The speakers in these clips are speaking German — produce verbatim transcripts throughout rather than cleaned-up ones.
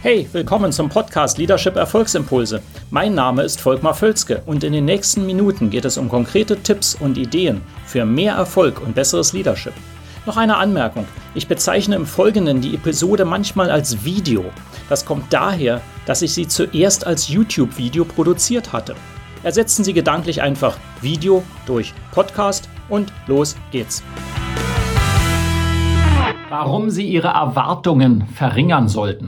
Hey, willkommen zum Podcast Leadership Erfolgsimpulse. Mein Name ist Volkmar Völzke und in den nächsten Minuten geht es um konkrete Tipps und Ideen für mehr Erfolg und besseres Leadership. Noch eine Anmerkung. Ich bezeichne im Folgenden die Episode manchmal als Video. Das kommt daher, dass ich sie zuerst als YouTube-Video produziert hatte. Ersetzen Sie gedanklich einfach Video durch Podcast und los geht's. Warum Sie Ihre Erwartungen verringern sollten.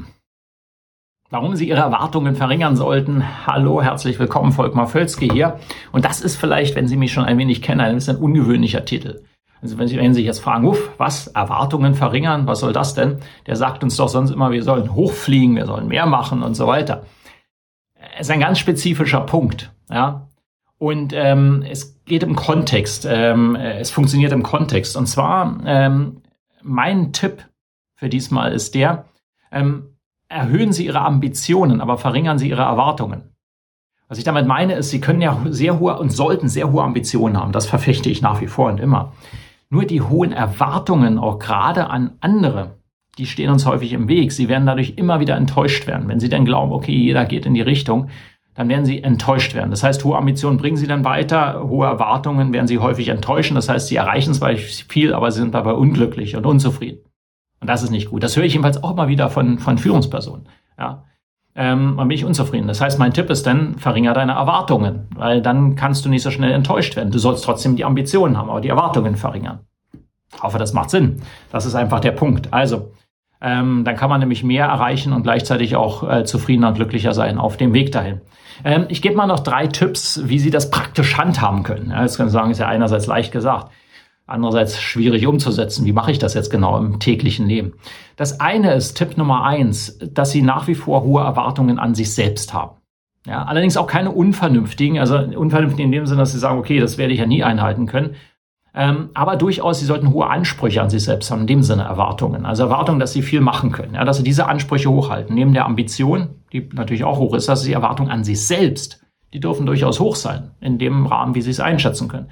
Warum Sie Ihre Erwartungen verringern sollten. Hallo, herzlich willkommen, Volkmar Völzke hier. Und das ist vielleicht, wenn Sie mich schon ein wenig kennen, ein bisschen ungewöhnlicher Titel. Also wenn Sie, wenn Sie sich jetzt fragen, uff, was, Erwartungen verringern, was soll das denn? Der sagt uns doch sonst immer, wir sollen hochfliegen, wir sollen mehr machen und so weiter. Es ist ein ganz spezifischer Punkt, ja. Und ähm, es geht im Kontext, ähm, es funktioniert im Kontext. Und zwar, ähm, mein Tipp für diesmal ist der, ähm, erhöhen Sie Ihre Ambitionen, aber verringern Sie Ihre Erwartungen. Was ich damit meine, ist, Sie können ja sehr hohe und sollten sehr hohe Ambitionen haben. Das verfechte ich nach wie vor und immer. Nur die hohen Erwartungen, auch gerade an andere, die stehen uns häufig im Weg. Sie werden dadurch immer wieder enttäuscht werden. Wenn Sie dann glauben, okay, jeder geht in die Richtung, dann werden Sie enttäuscht werden. Das heißt, hohe Ambitionen bringen Sie dann weiter, hohe Erwartungen werden Sie häufig enttäuschen. Das heißt, Sie erreichen zwar viel, aber Sie sind dabei unglücklich und unzufrieden. Und das ist nicht gut. Das höre ich jedenfalls auch mal wieder von, von Führungspersonen. Ja. Ähm, dann bin ich unzufrieden. Das heißt, mein Tipp ist dann, verringere deine Erwartungen, weil dann kannst du nicht so schnell enttäuscht werden. Du sollst trotzdem die Ambitionen haben, aber die Erwartungen verringern. Ich hoffe, das macht Sinn. Das ist einfach der Punkt. Also, ähm, dann kann man nämlich mehr erreichen und gleichzeitig auch äh, zufriedener und glücklicher sein auf dem Weg dahin. Ähm, ich gebe mal noch drei Tipps, wie Sie das praktisch handhaben können. Ja, jetzt können Sie sagen, ist ja einerseits leicht gesagt. Andererseits schwierig umzusetzen. Wie mache ich das jetzt genau im täglichen Leben? Das eine ist Tipp Nummer eins, dass Sie nach wie vor hohe Erwartungen an sich selbst haben. Ja, allerdings auch keine unvernünftigen, also unvernünftig in dem Sinne, dass Sie sagen, okay, das werde ich ja nie einhalten können. Ähm, aber durchaus, Sie sollten hohe Ansprüche an sich selbst haben, in dem Sinne Erwartungen. Also Erwartungen, dass Sie viel machen können, ja, dass Sie diese Ansprüche hochhalten. Neben der Ambition, die natürlich auch hoch ist, dass Sie Erwartungen an sich selbst, die dürfen durchaus hoch sein, in dem Rahmen, wie Sie es einschätzen können.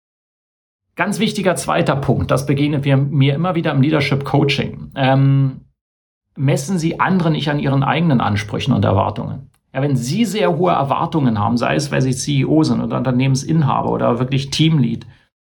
Ganz wichtiger zweiter Punkt, das begegnet mir immer wieder im Leadership Coaching. Ähm, messen Sie andere nicht an Ihren eigenen Ansprüchen und Erwartungen. Ja, wenn Sie sehr hohe Erwartungen haben, sei es, weil Sie C E O sind oder Unternehmensinhaber oder wirklich Teamlead,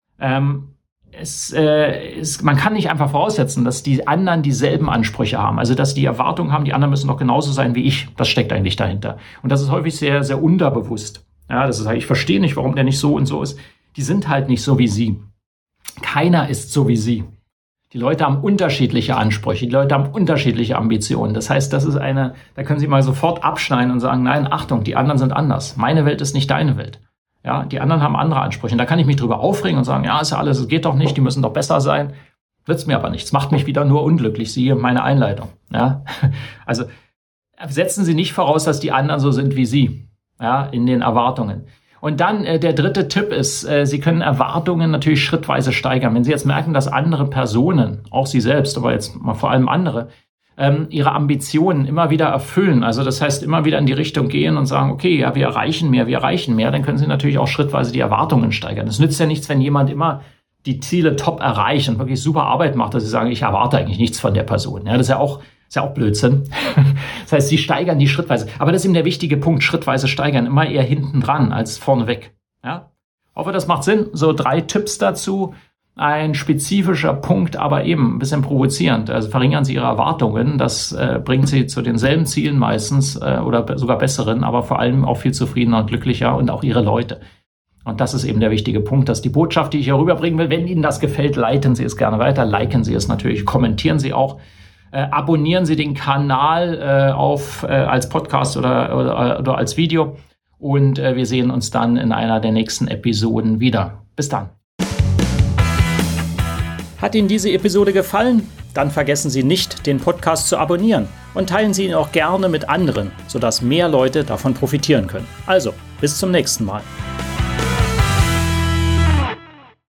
ähm, es, äh, es, man kann nicht einfach voraussetzen, dass die anderen dieselben Ansprüche haben. Also, dass die Erwartungen haben, die anderen müssen doch genauso sein wie ich. Das steckt eigentlich dahinter. Und das ist häufig sehr, sehr unterbewusst. Ja, das ist halt, ich verstehe nicht, warum der nicht so und so ist. Die sind halt nicht so wie Sie. Keiner ist so wie Sie. Die Leute haben unterschiedliche Ansprüche, die Leute haben unterschiedliche Ambitionen. Das heißt, das ist eine, da können Sie mal sofort abschneiden und sagen, nein, Achtung, die anderen sind anders. Meine Welt ist nicht deine Welt. Ja, die anderen haben andere Ansprüche. Und da kann ich mich drüber aufregen und sagen, ja, ist ja alles, es geht doch nicht, die müssen doch besser sein. Nützt mir aber nichts, macht mich wieder nur unglücklich, siehe meine Einleitung. Ja, also setzen Sie nicht voraus, dass die anderen so sind wie Sie, ja, in den Erwartungen. Und dann äh, der dritte Tipp ist, äh, Sie können Erwartungen natürlich schrittweise steigern. Wenn Sie jetzt merken, dass andere Personen, auch Sie selbst, aber jetzt mal vor allem andere, ähm, ihre Ambitionen immer wieder erfüllen, also das heißt immer wieder in die Richtung gehen und sagen, okay, ja, wir erreichen mehr, wir erreichen mehr, dann können Sie natürlich auch schrittweise die Erwartungen steigern. Es nützt ja nichts, wenn jemand immer die Ziele top erreicht und wirklich super Arbeit macht, dass Sie sagen, ich erwarte eigentlich nichts von der Person. Ja, das ist ja auch ist ja auch Blödsinn. Das heißt, Sie steigern die schrittweise. Aber das ist eben der wichtige Punkt, schrittweise steigern. Immer eher hinten dran als vorneweg. Ja? Ich hoffe, das macht Sinn. So drei Tipps dazu. Ein spezifischer Punkt, aber eben ein bisschen provozierend. Also verringern Sie Ihre Erwartungen. Das äh, bringt Sie zu denselben Zielen meistens äh, oder sogar besseren, aber vor allem auch viel zufriedener und glücklicher und auch Ihre Leute. Und das ist eben der wichtige Punkt, dass die Botschaft, die ich hier rüberbringen will, wenn Ihnen das gefällt, leiten Sie es gerne weiter, liken Sie es natürlich, kommentieren Sie auch. Äh, abonnieren Sie den Kanal äh, auf äh, als Podcast oder, oder, oder als Video und äh, wir sehen uns dann in einer der nächsten Episoden wieder. Bis dann. Hat Ihnen diese Episode gefallen? Dann vergessen Sie nicht, den Podcast zu abonnieren und teilen Sie ihn auch gerne mit anderen, sodass mehr Leute davon profitieren können. Also, bis zum nächsten Mal.